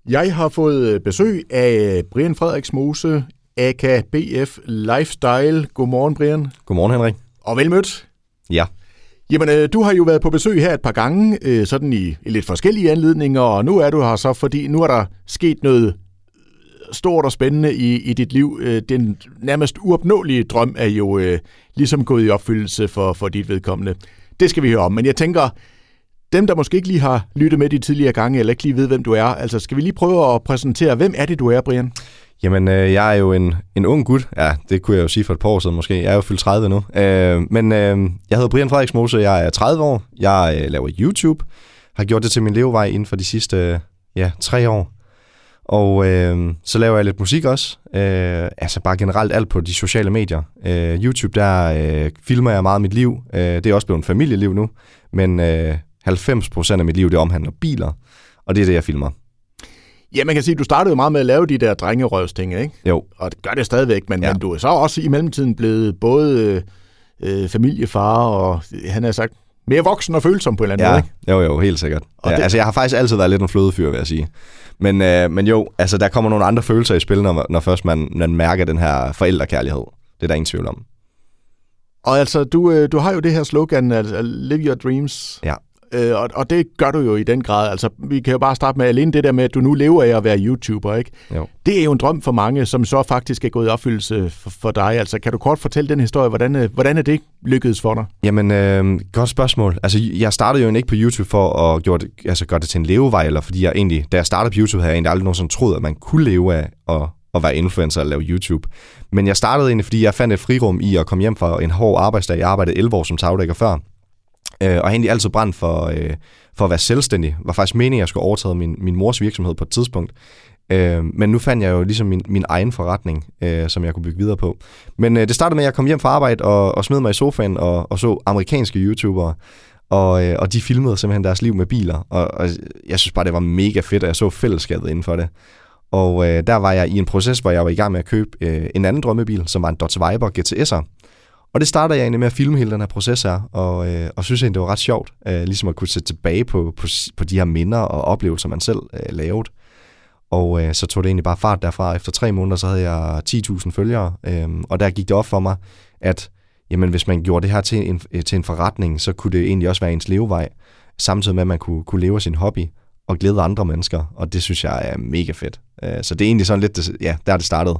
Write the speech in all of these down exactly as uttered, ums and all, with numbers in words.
Jeg har fået besøg af Brian Frederiksmose, A K A B F Lifestyle. Godmorgen, Brian. Godmorgen, Henrik. Og velmødt. Ja. Jamen, du har jo været på besøg her et par gange, sådan i, i lidt forskellige anledninger, og nu er du her så, fordi nu er der sket noget stort og spændende i, i dit liv. Den nærmest uopnåelige drøm er jo øh, ligesom gået i opfyldelse for, for dit vedkommende. Det skal vi høre om, men jeg tænker, dem der måske ikke lige har lyttet med de tidligere gange, eller ikke lige ved, hvem du er, altså skal vi lige prøve at præsentere, hvem er det, du er, Brian? Jamen, øh, jeg er jo en, en ung gut. Ja, det kunne jeg jo sige for et par år siden måske. Jeg er jo fyldt tredive nu. Øh, men øh, jeg hedder Brian Frederiksmose, jeg er tredive år. Jeg øh, laver YouTube. Har gjort det til min levevej inden for de sidste øh, ja, tre år. Og øh, så laver jeg lidt musik også. Øh, altså bare generelt alt på de sociale medier. Øh, YouTube, der øh, filmer jeg meget af mit liv. Øh, det er også blevet en familieliv nu. Men øh, halvfems procent af mit liv, det omhandler biler. Og det er det, jeg filmer. Ja, man kan sige, at du startede jo meget med at lave de der drengerøvsting, ikke? Jo. Og det gør det stadigvæk, men, ja. men du er så også i mellemtiden blevet både øh, familiefar og, han har sagt, mere voksen og følsom på en eller anden ja. måde, ikke? Jo, jo, helt sikkert. Ja, det... Altså, jeg har faktisk altid været lidt en flødefyr, vil jeg sige. Men, øh, men jo, altså, der kommer nogle andre følelser i spil, når, når først man, man mærker den her forældrekærlighed. Det er der ingen tvivl om. Og altså, du, du har jo det her slogan, altså, live your dreams. Ja. Øh, og, og det gør du jo i den grad. Altså, vi kan jo bare starte med alene det der med, at du nu lever af at være YouTuber, ikke? Jo. Det er jo en drøm for mange, som så faktisk er gået i opfyldelse for, for dig. Altså, kan du kort fortælle den historie? Hvordan, hvordan er det lykkedes for dig? Jamen, øh, godt spørgsmål. Altså, jeg startede jo ikke på YouTube for at gøre det, altså, gøre det til en levevej, eller fordi jeg egentlig, da jeg startede på YouTube, havde jeg egentlig aldrig nogensinde troet, at man kunne leve af at, at være influencer og lave YouTube. Men jeg startede egentlig, fordi jeg fandt et frirum i at komme hjem fra en hård arbejdsdag. Jeg arbejdede elleve år som tagdækker før. Uh, og jeg har egentlig altid brændt for, uh, for at være selvstændig. Det var faktisk meningen, at jeg skulle overtage min, min mors virksomhed på et tidspunkt. Uh, men nu fandt jeg jo ligesom min, min egen forretning, uh, som jeg kunne bygge videre på. Men uh, det startede med, at jeg kom hjem fra arbejde og, og smed mig i sofaen og, og så amerikanske YouTubere. Og, uh, og de filmede simpelthen deres liv med biler. Og, og jeg synes bare, det var mega fedt, at jeg så fællesskabet inden for det. Og uh, der var jeg i en proces, hvor jeg var i gang med at købe uh, en anden drømmebil, som var en Dodge Viper G T S'er. Og det starter jeg egentlig med at filme hele den her proces her, og, øh, og synes egentlig, det var ret sjovt, øh, ligesom at kunne sætte tilbage på, på, på de her minder og oplevelser, man selv øh, lavede. Og øh, så tog det egentlig bare fart derfra. Efter tre måneder, så havde jeg ti tusind følgere, øh, og der gik det op for mig, at jamen, hvis man gjorde det her til en, til en forretning, så kunne det egentlig også være ens levevej, samtidig med, at man kunne, kunne leve af sin hobby og glæde andre mennesker, og det synes jeg er mega fedt. Øh, så det er egentlig sådan lidt, det, ja, der er det startet.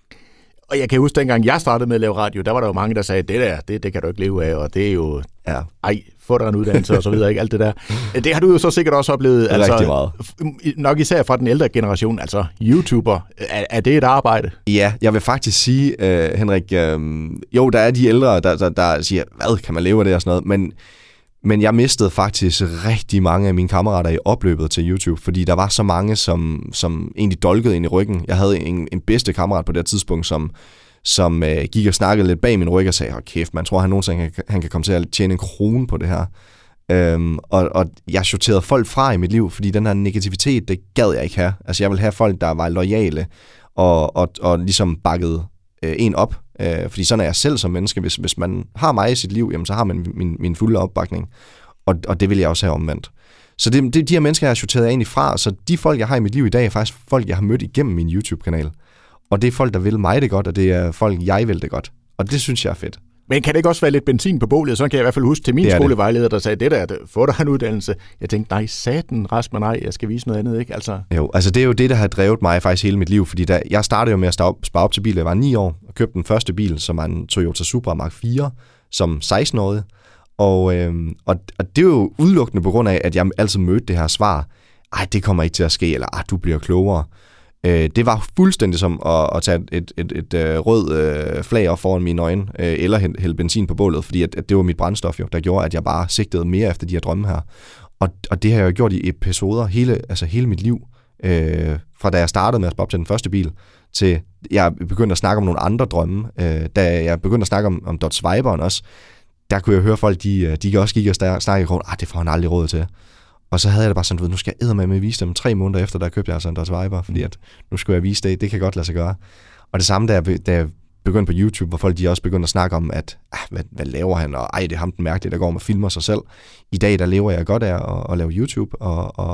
Og jeg kan huske, dengang jeg startede med at lave radio, der var der jo mange, der sagde, det der, det, det kan du ikke leve af, og det er jo, ja. ej, få dig en uddannelse og så videre, ikke alt det der. Det har du jo så sikkert også oplevet, altså, rigtig meget. Nok især fra den ældre generation, altså YouTuber, er, er det et arbejde? Ja, jeg vil faktisk sige, uh, Henrik, uh, jo, der er de ældre, der, der, der siger, hvad, kan man leve af det og sådan noget, men Men jeg mistede faktisk rigtig mange af mine kammerater i opløbet til YouTube, fordi der var så mange, som, som egentlig dolkede ind i ryggen. Jeg havde en, en bedste kammerat på det tidspunkt, som, som øh, gik og snakkede lidt bag min ryg og sagde, hold kæft, man tror, han nogensinde han, han kan komme til at tjene en krone på det her. Øhm, og, og jeg sorterede folk fra i mit liv, fordi den her negativitet, det gad jeg ikke have. Altså jeg ville have folk, der var loyale og, og, og ligesom bakkede øh, en op. Øh, fordi sådan er jeg selv som menneske. Hvis, hvis man har mig i sit liv, jamen, så har man min, min fulde opbakning. Og, og det vil jeg også have omvendt. Så det, det, de her mennesker, jeg har sorteret egentlig fra, så de folk, jeg har i mit liv i dag, er faktisk folk, jeg har mødt igennem min YouTube-kanal. Og det er folk, der vil mig det godt, og det er folk, jeg vil det godt. Og det synes jeg er fedt. Men kan det ikke også være lidt benzin på bålet? Så kan jeg i hvert fald huske til min skolevejleder, der sagde, det der, få dig en uddannelse. Jeg tænkte, nej, satan, Rasmus, nej, jeg skal vise noget andet, ikke? Altså... Jo, altså det er jo det, der har drevet mig faktisk hele mit liv, fordi da, jeg startede jo med at spare op til bil, jeg var ni år, og købte den første bil, som var en Toyota Supra Mark fire, som seksten-årig. Og, øhm, og, og det er jo udelukkende på grund af, at jeg altid mødte det her svar, ej, det kommer ikke til at ske, eller ej, du bliver klogere. Øh, det var fuldstændig som at, at tage et, et, et, et rød øh, flag op foran mine øjne, øh, eller hælde benzin på bålet, fordi at, at det var mit brændstof jo, der gjorde, at jeg bare sigtede mere efter de her drømme her. Og, og det har jeg jo gjort i episoder hele, altså hele mit liv, øh, fra da jeg startede med at spare op til den første bil, til jeg begyndte at snakke om nogle andre drømme. Øh, da jeg begyndte at snakke om, om Dodge Viper'en også, der kunne jeg høre folk, de, de også gik og snakke i grund, ah, det får han aldrig råd til. Og så havde jeg det bare sådan, du ved, nu skal jeg eddermame med vise dem tre måneder efter, der købte jeg altså en Dodge Viper, fordi at nu skulle jeg vise det, det kan godt lade sig gøre. Og det samme, da jeg, da jeg begyndte på YouTube, hvor folk de også begyndte at snakke om, at ah, hvad, hvad laver han, og ej, det er ham den mærkelige, der går med og filmer sig selv. I dag, der lever jeg godt af at, at lave YouTube, og, og,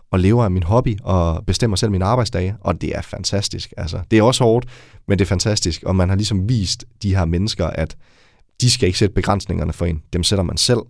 og lever af min hobby og bestemmer selv mine arbejdsdage, og det er fantastisk. Altså, det er også hårdt, men det er fantastisk, og man har ligesom vist de her mennesker, at de skal ikke sætte begrænsningerne for en. Dem sætter man selv.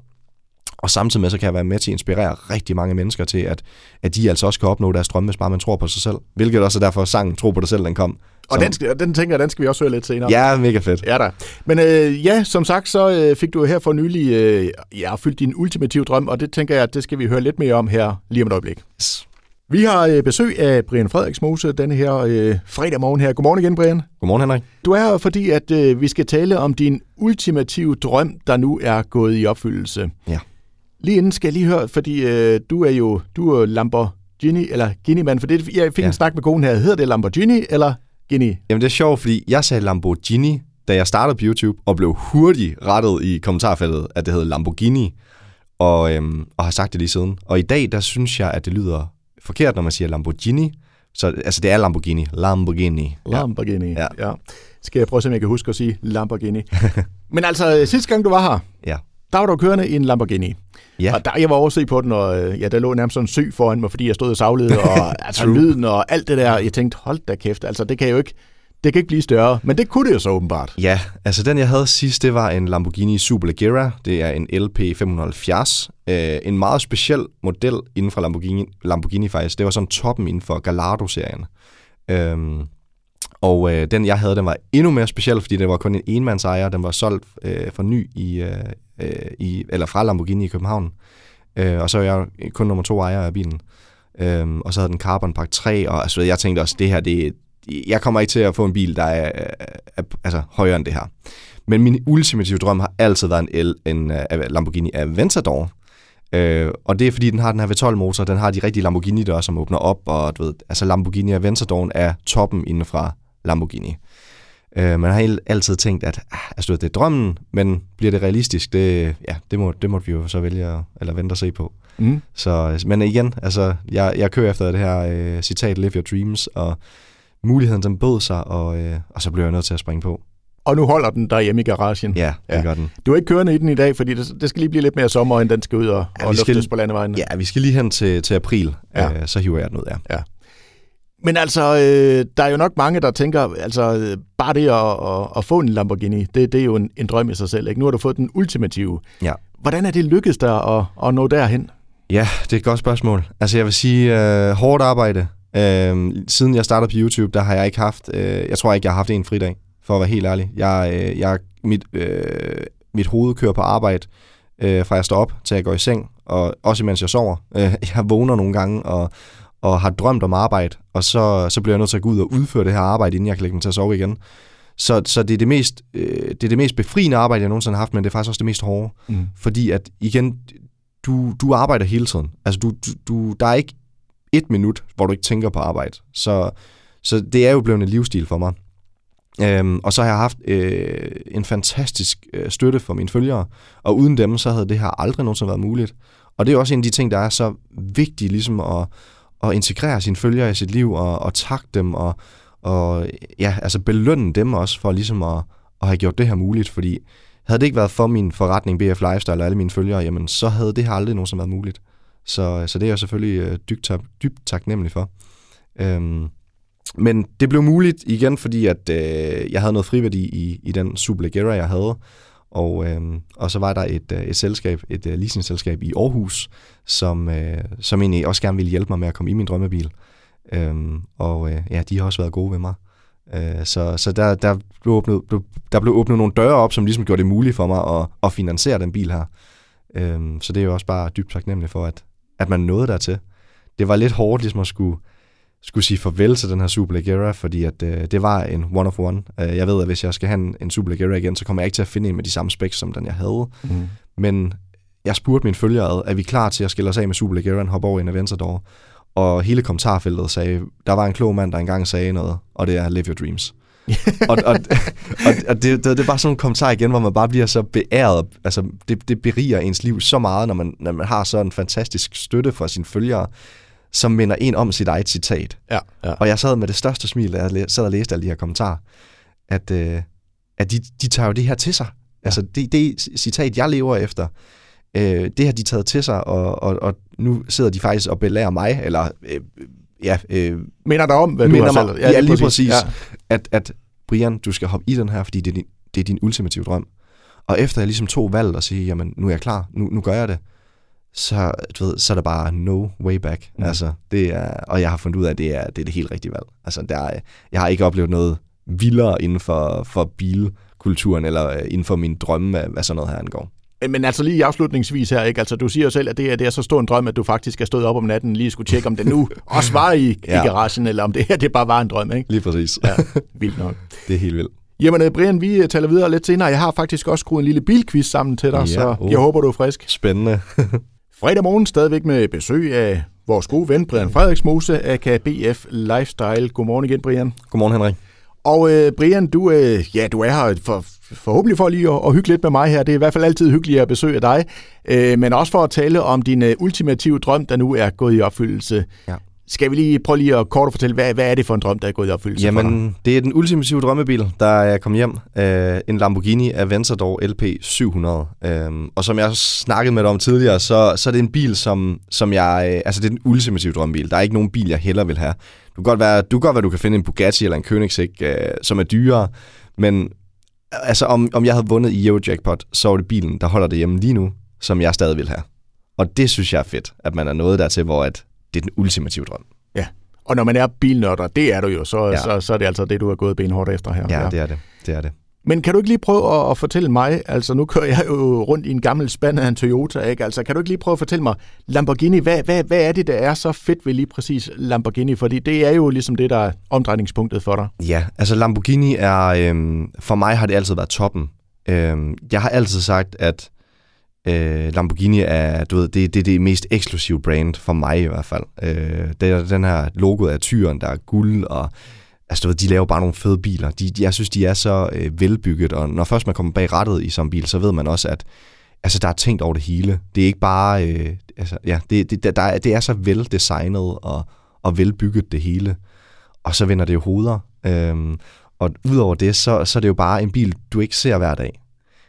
Og samtidig med, så kan jeg være med til at inspirere rigtig mange mennesker til, at, at de altså også kan opnå deres drømme, hvis bare man tror på sig selv. Hvilket også er derfor, sangen Tro på dig selv, den kom. Og den, skal, den tænker jeg, den skal vi også høre lidt senere. Ja, mega fedt. Ja da. Men øh, ja, som sagt, så øh, fik du her for nylig øh, ja, fyldt din ultimative drøm, og det tænker jeg, at det skal vi høre lidt mere om her lige om et øjeblik. Yes. Vi har øh, besøg af Brian Frederiksmose denne her øh, fredag morgen her. Godmorgen igen, Brian. Godmorgen, Henrik. Du er her, fordi at øh, vi skal tale om din ultimative drøm, der nu er gået i opfyldelse. Ja. Lige inden skal jeg lige høre, fordi øh, du er jo du er Lamborghini, eller Guinea-mand, for det, jeg fik ja. en snak med konen her. Hedder det Lamborghini eller Guinea? Jamen det er sjovt, fordi jeg sagde Lamborghini, da jeg startede på YouTube, og blev hurtigt rettet i kommentarfeltet, at det hed Lamborghini, og, øhm, og har sagt det lige siden. Og i dag, der synes jeg, at det lyder forkert, når man siger Lamborghini. Så altså, det er Lamborghini. Lamborghini. Lamborghini, ja. ja. ja. Skal jeg prøve at se, om jeg kan huske at sige Lamborghini. Men altså, sidste gang du var her, ja. der var du kørende i en Lamborghini. Ja. Og der jeg var over se på den, og ja, der lå nærmest sådan en sø foran mig, fordi jeg stod og savlede, og altså lyden og alt det der. Jeg tænkte, hold da kæft, altså det kan jo ikke, det kan ikke blive større. Men det kunne det jo så åbenbart. Ja, altså den jeg havde sidst, det var en Lamborghini Superleggera. Det er en L P fem hundrede og halvfjerds. Øh, en meget speciel model inden for Lamborghini, Lamborghini faktisk. Det var sådan toppen inden for Gallardo-serien. Øhm, og øh, den jeg havde, den var endnu mere speciel, fordi det var kun en enmandsejer. Den var solgt øh, for ny i, øh, i, eller fra Lamborghini i København. Øh, og så er jeg kun nummer to ejer af bilen. Øh, og så havde den Carbon Pack tre, og altså, jeg tænkte også, det her, det, jeg kommer ikke til at få en bil, der er, er altså, højere end det her. Men min ultimative drøm har altid været en, L, en uh, Lamborghini Aventador. Øh, og det er fordi, den har den her V tolv motor, den har de rigtige Lamborghini der, som åbner op, og du ved, altså Lamborghini Aventador er toppen inden fra Lamborghini. Øh, man har altid tænkt, at altså, det er drømmen, men bliver det realistisk, det, ja, det, må, det måtte vi jo så vælge eller vente og se på. Mm. Så, men igen, altså, jeg, jeg kører efter det her øh, citat, live your dreams, og muligheden den bød sig, og, øh, og så blev jeg nødt til at springe på. Og nu holder den der hjemme i garagen. Ja, det ja. gør den. Du er ikke kørende i den i dag, fordi det, det skal lige blive lidt mere sommer, end den skal ud og, ja, og luftes skal, på landevejen. Ja, vi skal lige hen til, til april, ja. øh, så hiver jeg den ud, ja. ja. Men altså, øh, der er jo nok mange, der tænker, altså bare det at, at, at få en Lamborghini, det, det er jo en, en drøm i sig selv, ikke? Nu har du fået den ultimative. Ja. Hvordan er det lykkedes dig at, at nå derhen? Ja, det er et godt spørgsmål. Altså jeg vil sige, øh, hårdt arbejde. Øh, siden jeg startede på YouTube, der har jeg ikke haft, øh, jeg tror ikke, jeg har haft en fridag, for at være helt ærlig. Jeg, øh, jeg, mit, øh, mit hoved kører på arbejde, øh, fra jeg står op til jeg går i seng, og også imens jeg sover. Øh, jeg vågner nogle gange, og og har drømt om arbejde, og så, så bliver jeg nødt til at gå ud og udføre det her arbejde, inden jeg kan lægge mig til at sove igen. Så, så det, er det, mest, øh, det er det mest befriende arbejde, jeg nogensinde har haft, men det er faktisk også det mest hårde. Mm. Fordi at, igen, du, du arbejder hele tiden. Altså, du, du, der er ikke et minut, hvor du ikke tænker på arbejde. Så, så det er jo blevet en livsstil for mig. Øhm, og så har jeg haft øh, en fantastisk øh, støtte for mine følgere, og uden dem, så havde det her aldrig nogensinde været muligt. Og det er også en af de ting, der er så vigtige, ligesom at og integrere sine følgere i sit liv, og, og takke dem, og, og ja, altså belønne dem også, for ligesom at, at have gjort det her muligt, fordi havde det ikke været for min forretning B F Lifestyle og alle mine følgere, jamen så havde det her aldrig nogensinde været muligt. Så, så det er jeg selvfølgelig dybt, dybt taknemmelig for. Øhm, men det blev muligt igen, fordi at øh, jeg havde noget friværdi i, i den Superleggera, jeg havde. Og, øh, og så var der et, et selskab, et uh, leasingselskab i Aarhus, som, øh, som egentlig også gerne ville hjælpe mig med at komme i min drømmebil. Øhm, og øh, ja, de har også været gode ved mig. Øh, så så der, der, blev åbnet, blev, der blev åbnet nogle døre op, som ligesom gjorde det muligt for mig at, at finansiere den bil her. Øhm, så det er jo også bare dybt taknemmelig for, at, at man nåede dertil. Det var lidt hårdt ligesom at skulle, skulle sige farvel til den her Superleggera, fordi at, øh, det var en one of one. Øh, jeg ved, at hvis jeg skal have en, en Superleggera igen, så kommer jeg ikke til at finde en med de samme specs, som den jeg havde. Mm. Men jeg spurgte mine følgere, er vi klar til at skille os af med Superleggeraen, hoppe over i en Aventador? Og hele kommentarfeltet sagde, der var en klog mand, der engang sagde noget, og det er live your dreams. og og, og, og det, det, det er bare sådan en kommentar igen, hvor man bare bliver så beæret. Altså, det, det beriger ens liv så meget, når man, når man har sådan en fantastisk støtte fra sine følgere, som minder en om sit eget citat. Ja, ja. Og jeg sad med det største smil, da jeg sad og læste alle de her kommentarer, at, øh, at de, de tager jo det her til sig. Ja. Altså, det, det citat, jeg lever efter, øh, det har de taget til sig, og, og, og nu sidder de faktisk og belærer mig, eller øh, ja... Øh, minder dig om, hvad du har mig, selv. Ja, ja, lige præcis. præcis ja. At, at Brian, du skal hoppe i den her, fordi det er din, det er din ultimative drøm. Og efter jeg ligesom tog valget og sige, jamen nu er jeg klar, nu, nu gør jeg det, så, du ved, så er der bare no way back. Mm. Altså, det er, og jeg har fundet ud af, at det er det, er det helt rigtige valg. Altså, der er, jeg har ikke oplevet noget vildere inden for, for bilkulturen, eller inden for min drømme, hvad, hvad sådan noget her angår. Men altså lige afslutningsvis her, ikke? Altså, du siger jo selv, at det er, det er så stor en drøm, at du faktisk er stået op om natten lige skulle tjekke, om det nu også var i, ja. i garagen, eller om det her det bare var en drøm, ikke? Lige præcis. Ja, vildt nok. Det er helt vildt. Jamen, Brian, vi taler videre lidt senere. Jeg har faktisk også skruet en lille bilquiz sammen til dig, ja, så uh. jeg håber, du er frisk. Spændende. Fredag morgen stadigvæk med besøg af vores gode ven, Brian Frederiksmose, aka B F Lifestyle. Godmorgen igen, Brian. Godmorgen, Henrik. Og øh, Brian, du, øh, ja, du er her for, forhåbentlig for lige at, at hygge lidt med mig her. Det er i hvert fald altid hyggeligt at besøge dig, øh, men også for at tale om din øh, ultimative drøm, der nu er gået i opfyldelse. Ja. Skal vi lige prøve lige at kort at fortælle, hvad, hvad er det for en drøm, der er gået i opfyldelse? Jamen, det er den ultimative drømmebil, der er kommet hjem. Øh, en Lamborghini Aventador L P syv hundrede. Øh, og som jeg snakkede med dig om tidligere, så, så er det en bil, som, som jeg... Øh, altså, det er den ultimative drømmebil. Der er ikke nogen bil, jeg hellere vil have. Du kan godt være, du, kan godt være, du kan finde en Bugatti eller en Koenigsegg, øh, som er dyrere. Men altså, om, om jeg havde vundet i Eurojackpot, så var det bilen, der holder det hjemme lige nu, som jeg stadig vil have. Og det synes jeg er fedt, at man er nået dertil, hvor at det er den ultimative drøm. Ja, og når man er bilnørder, det er du jo, så, ja. så, så er det altså det, du er gået benhårdt efter her. Ja, ja, det er det. det er det. Men kan du ikke lige prøve at, at fortælle mig, altså nu kører jeg jo rundt i en gammel spand af en Toyota, ikke? Altså kan du ikke lige prøve at fortælle mig, Lamborghini, hvad, hvad, hvad er det, der er så fedt ved lige præcis Lamborghini? Fordi det er jo ligesom det, der er omdrejningspunktet for dig. Ja, altså Lamborghini er, øhm, for mig har det altid været toppen. Øhm, jeg har altid sagt, at Øh, Lamborghini er, du ved, det, det er det mest eksklusive brand for mig i hvert fald. Øh, det er den her logoet af tyren, der er guld, og altså, du ved, de laver bare nogle fede biler. De, de, jeg synes, de er så øh, velbygget, og når først man kommer bag rattet i sådan en bil, så ved man også, at altså, der er tænkt over det hele. Det er ikke bare, øh, altså, ja, det, det, der er, det er så veldesignet og, og velbygget det hele. Og så vender det jo hoveder. Øh, og udover det, så, så er det jo bare en bil, du ikke ser hver dag.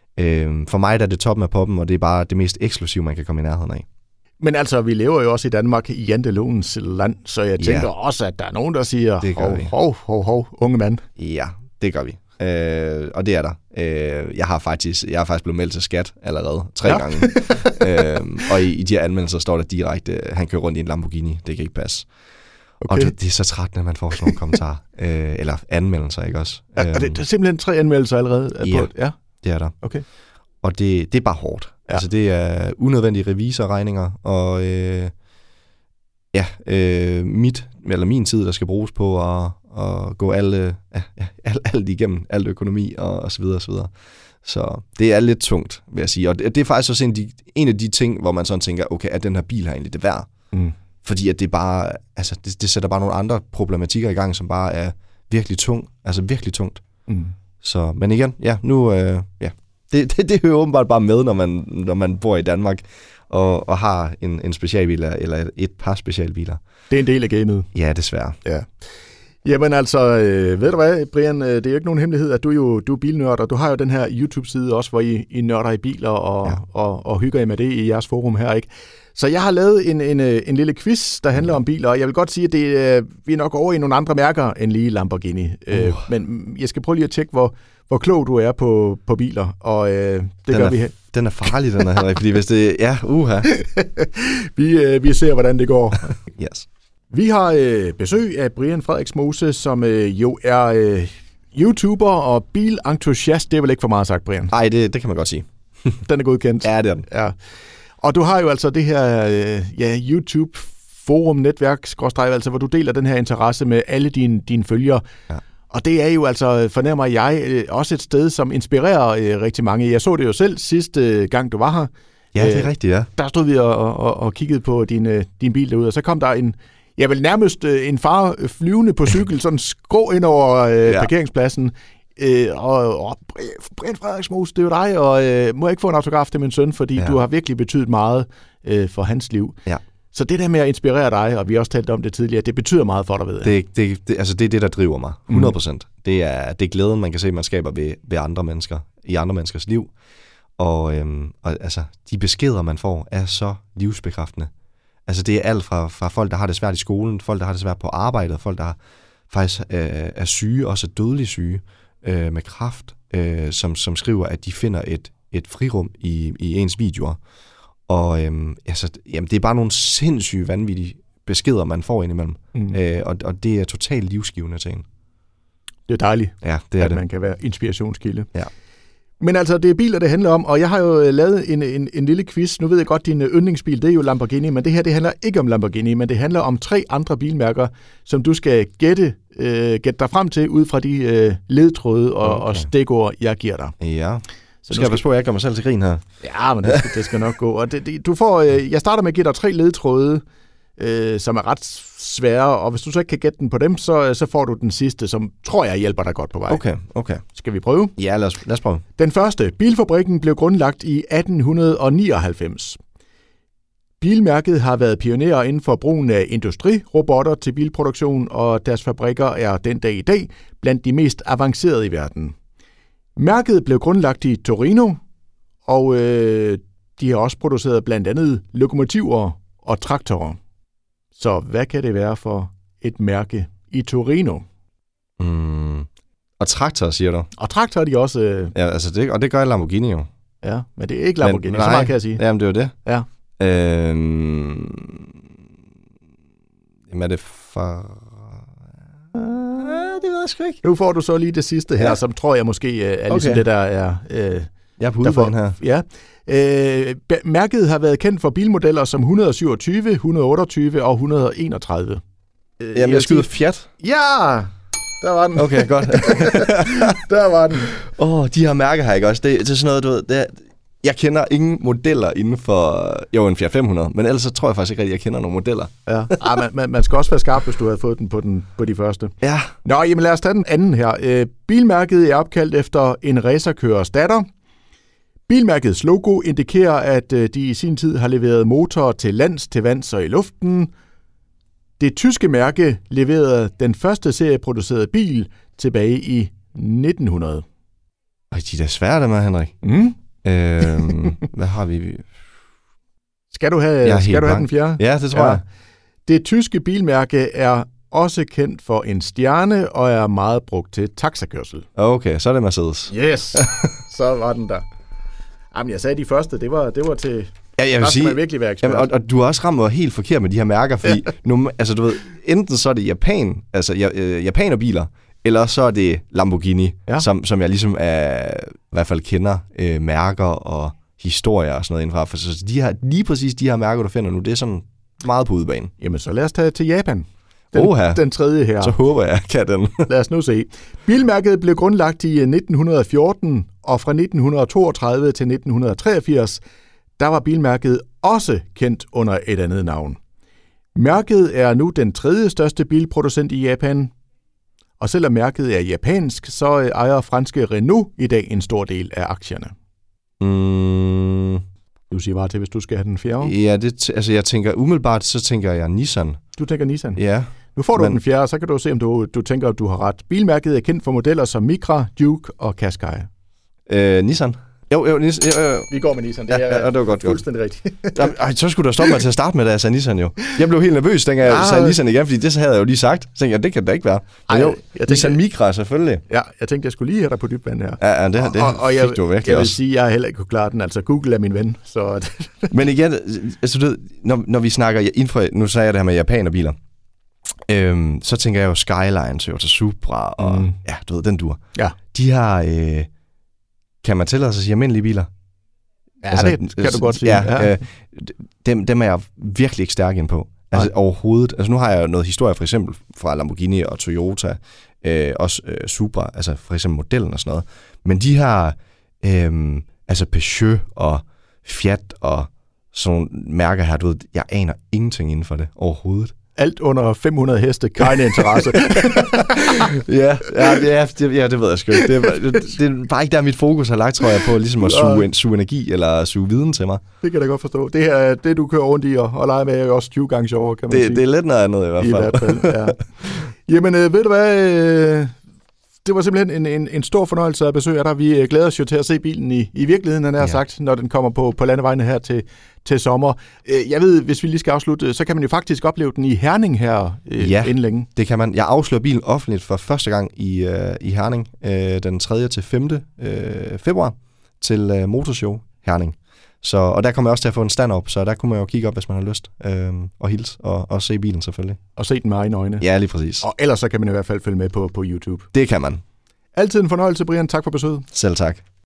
For mig der er det toppen af poppen, og det er bare det mest eksklusive, man kan komme i nærheden af. Men altså, vi lever jo også i Danmark i jantelovens land, så jeg tænker ja. også, at der er nogen, der siger, hov, hov, hov, hov, unge mand. Ja, det gør vi. Øh, og det er der. Øh, jeg har faktisk jeg har faktisk blevet meldt til skat allerede tre ja. gange. øh, og i, i de her anmeldelser står der direkte, han kører rundt i en Lamborghini. Det kan ikke passe. Okay. Og det, det er så træt, når man får sådan nogle kommentarer. øh, eller anmeldelser, ikke også? Ja, og det, det er simpelthen tre anmeldelser allerede? Ja. På, ja. Det er der. Okay. Og det, det er bare hårdt. Ja. Altså, det er unødvendige revisorregninger, og øh, ja, øh, mit, eller min tid, der skal bruges på at, at gå alle, ja, alt, alt igennem, alt økonomi og, og så videre, og så videre. Så det er lidt tungt, vil jeg sige. Og det, det er faktisk også en af, de, en af de ting, hvor man sådan tænker, okay, er den her bil her egentlig det værd? Mm. Fordi at det bare, altså, det, det sætter bare nogle andre problematikker i gang, som bare er virkelig tung, altså virkelig tungt. Mm. Så, men igen, ja, nu, øh, ja, det, det, det hører åbenbart bare med, når man, når man bor i Danmark og, og har en, en specialbil eller et par specialbiler. Det er en del af gamet. Ja, desværre. Ja. Jamen altså, øh, ved du hvad, Brian, det er jo ikke nogen hemmelighed, at du, jo, du er bilnørd, og du har jo den her YouTube-side også, hvor I, I nørder i biler og, ja. og, og hygger I med det i jeres forum her, ikke? Så jeg har lavet en, en, en lille quiz, der handler om biler, og jeg vil godt sige, at det, øh, vi er nok over i nogle andre mærker end lige Lamborghini. Uh. Øh, men jeg skal prøve lige at tjekke, hvor, hvor klog du er på, på biler, og øh, det den gør er, vi her. Den er farlig, den er, Henrik, fordi hvis det... Ja, uha. vi, øh, vi ser, hvordan det går. Yes. Vi har øh, besøg af Brian Frederiksmose, som øh, jo er øh, YouTuber og bilentusiast. Det er vel ikke for meget sagt, Brian? Nej, det, det kan man godt sige. Den er godkendt. Ja, det er den. Ja. Og du har jo altså det her øh, ja, YouTube-forum-netværk, altså, hvor du deler den her interesse med alle dine, dine følgere. Ja. Og det er jo altså, fornemmer jeg, øh, også et sted, som inspirerer øh, rigtig mange. Jeg så det jo selv sidste gang, du var her. Ja, det er øh, rigtigt, ja. Der stod vi og, og, og kiggede på din, øh, din bil derude, og så kom der en, jeg vil nærmest øh, en far flyvende på cykel, sådan skrå ind over øh, ja. parkeringspladsen. Øh, og, og Brian Frederiksmose, det er jo dig, og øh, må jeg ikke få en autograf til min søn, fordi ja. du har virkelig betydet meget øh, for hans liv. Ja. Så det der med at inspirere dig, og vi har også talt om det tidligere, det betyder meget for dig, ved jeg. Det, det, det, altså det er det, der driver mig, hundrede procent. Mm. Det, er, det er glæden, man kan se, man skaber ved, ved andre mennesker, i andre menneskers liv. Og, øhm, og altså, de beskeder, man får, er så livsbekræftende. Altså, det er alt fra, fra folk, der har det svært i skolen, folk, der har det svært på arbejdet, folk, der faktisk øh, er syge, også er dødeligt syge, øh, med kræft, øh, som, som skriver, at de finder et, et frirum i, i ens videoer. Og øhm, altså, jamen, det er bare nogle sindssyge, vanvittige beskeder, man får indimellem. Mm. Øh, og, og det er totalt livsgivende til en. Det er dejligt, ja, det er at det. man kan være inspirationskilde. Ja. Men altså, det er biler, det handler om, og jeg har jo lavet en, en, en lille quiz. Nu ved jeg godt, din yndlingsbil, det er jo Lamborghini, men det her, det handler ikke om Lamborghini, men det handler om tre andre bilmærker, som du skal gætte, øh, gætte dig frem til, ud fra de øh, ledtråde og, okay. og stikord, jeg giver dig. Ja. Så skal jeg passe på, at jeg gør mig selv til grin her. Ja, men det skal, det skal nok gå. Og det, det, du får, øh, jeg starter med at give dig tre ledtråde, øh, som er ret svære, og hvis du så ikke kan gætte den på dem, så, så får du den sidste, som tror jeg hjælper dig godt på vej. Okay, okay. Skal vi prøve? Ja, lad os, lad os prøve. Den første. Bilfabrikken blev grundlagt i atten nioghalvfems. Bilmærket har været pionerer inden for brugen af industrirobotter til bilproduktion, og deres fabrikker er den dag i dag blandt de mest avancerede i verden. Mærket blev grundlagt i Torino, og øh, de har også produceret blandt andet lokomotiver og traktorer. Så hvad kan det være for et mærke i Torino? Mm. Og traktor, siger du? Og traktor er de også... Øh... Ja, altså det, og det gør Lamborghini jo. Ja, men det er ikke Lamborghini, men, nej, så meget kan jeg sige. Jamen, det er jo det. Ja. Øhm... Jamen, er det for... Det ved jeg sgu ikke. Nu får du så lige det sidste her, ja. Som tror jeg måske er okay. Ligesom det, der er... Øh, jeg er på udbanen her. Ja. Øh, mærket har været kendt for bilmodeller som et hundrede syvogtyve, et hundrede otteogtyve og et hundrede enogtredive. Øh, Jamen, jeg skyder Fiat. Ja! Der var den. Okay, godt. Der var den. Åh, oh, de her mærker her, ikke også? Det, det er sådan noget, du ved... Det er, jeg kender ingen modeller inden for... Jo, en Fiat fem hundrede, men ellers så tror jeg faktisk ikke, at jeg kender nogle modeller. Ja. Ah, man, man, man skal også være skarp, hvis du havde fået den på, den på de første. Ja. Nå, jamen lad os tage den anden her. Øh, bilmærket er opkaldt efter en racerkørers datter. Bilmærkets logo indikerer, at øh, de i sin tid har leveret motorer til lands, til vands og i luften. Det tyske mærke leverede den første serieproducerede bil tilbage i nitten hundrede. Ej, de er da svære, dem her, Henrik. Mm. Øhm, hvad har vi? Skal du have, skal du have den fjerde? Ja, det tror ja. jeg. Det tyske bilmærke er også kendt for en stjerne og er meget brugt til taxakørsel. Okay, så er det Mercedes. Yes, så var den der. Jamen, jeg sagde de første, det var, det var til... Ja, jeg vil sige, man virkelig være ekspert. Jamen, og, og du har også ramt helt forkert med de her mærker, fordi nu, altså, du ved, enten så er det Japan, altså øh, japanerbiler, eller så er det Lamborghini, ja. som, som jeg ligesom er, i hvert fald kender øh, mærker og historier og sådan noget indenfra. For så de her, lige præcis de her mærker, du finder nu, det er sådan meget på udebanen. Jamen, så lad os tage til Japan. Den, Oha. den tredje her. Så håber jeg, kan den. Lad os nu se. Bilmærket blev grundlagt i nitten fjorten, og fra nitten toogtredive til nitten treogfirs, der var bilmærket også kendt under et andet navn. Mærket er nu den tredje største bilproducent i Japan, og selvom mærket er japansk, så ejer franske Renault i dag en stor del af aktierne. Mm. Du siger bare til, hvis du skal have den fjerde. Ja, det, altså jeg tænker umiddelbart, så tænker jeg Nissan. Du tænker Nissan? Ja. Nu får du men... den fjerde, så kan du se, om du, du tænker, at du har ret. Bilmærket er kendt for modeller som Micra, Duke og Qashqai. Øh, Nissan? Jo, jo, Nissan. Jo, jo. Vi går med Nissan. Det er ja, ja, det var godt, fuldstændig rigtigt. Jamen, ej, så skulle du stoppe mig til at starte med, da jeg sagde Nissan jo. Jeg blev helt nervøs, dengang jeg sagde Nissan igen, fordi det havde jeg jo lige sagt. Så tænkte jeg, det kan det ikke være. Men Ej, jo, jeg tænkte, Nissan Micra selvfølgelig. Ja, jeg tænkte, jeg skulle lige have dig på dybvand her. Ja, ja det, det og, og fik jeg, du virkelig jeg også. Jeg vil sige, jeg har heller ikke kunne klare den. Altså, Google er min ven. Så Men igen, altså, du ved, når, når vi snakker infra, nu sagde jeg det her med japanerbiler, øhm, så tænker jeg jo Skyline, Toyota Supra og mm. ja, du ved, den dur. Ja. De har, øh, kan man tillade sig at sige almindelige biler? Ja, altså, det kan du godt sige. Ja, ja. Øh, dem, dem er jeg virkelig ikke stærk ind på. Altså Nej. overhovedet. Altså nu har jeg noget historie for eksempel fra Lamborghini og Toyota, øh, også øh, Supra, altså for eksempel modellen og sådan noget. Men de har øh, altså Peugeot og Fiat og sådan nogle mærker her, du ved, jeg aner ingenting inden for det overhovedet. Alt under fem hundrede heste, keine interesse. ja, ja, ja, det, ja, det ved jeg sgu ikke. Det, det, det er bare ikke der, mit fokus har lagt, tror jeg, på ligesom at suge, suge energi eller suge viden til mig. Det kan jeg da godt forstå. Det her, det du kører rundt i og, og leger med, er jo også tyve gange sjovere, kan man det, sige. Det er lidt noget andet i hvert fald. I hvert fald, ja. Jamen, øh, ved du hvad? Øh, Det var simpelthen en, en, en stor fornøjelse at besøge dig. Vi glæder os jo til at se bilen i, i virkeligheden, han har ja. sagt, når den kommer på, på landevejene her til, til sommer. Jeg ved, hvis vi lige skal afslutte, så kan man jo faktisk opleve den i Herning her øh, ja, inden længe. Det kan man. Jeg afslører bilen offentligt for første gang i, øh, i Herning øh, den tredje til femte Øh, februar til øh, Motorshow Herning. Så, og der kommer jeg også til at få en stand op, så der kunne man jo kigge op, hvis man har lyst, øh, og hilse og, og se bilen selvfølgelig. Og se den med egne øjne. Ja, lige præcis. Og ellers så kan man i hvert fald følge med på, på YouTube. Det kan man. Altid en fornøjelse, Brian. Tak for besøget. Selv tak.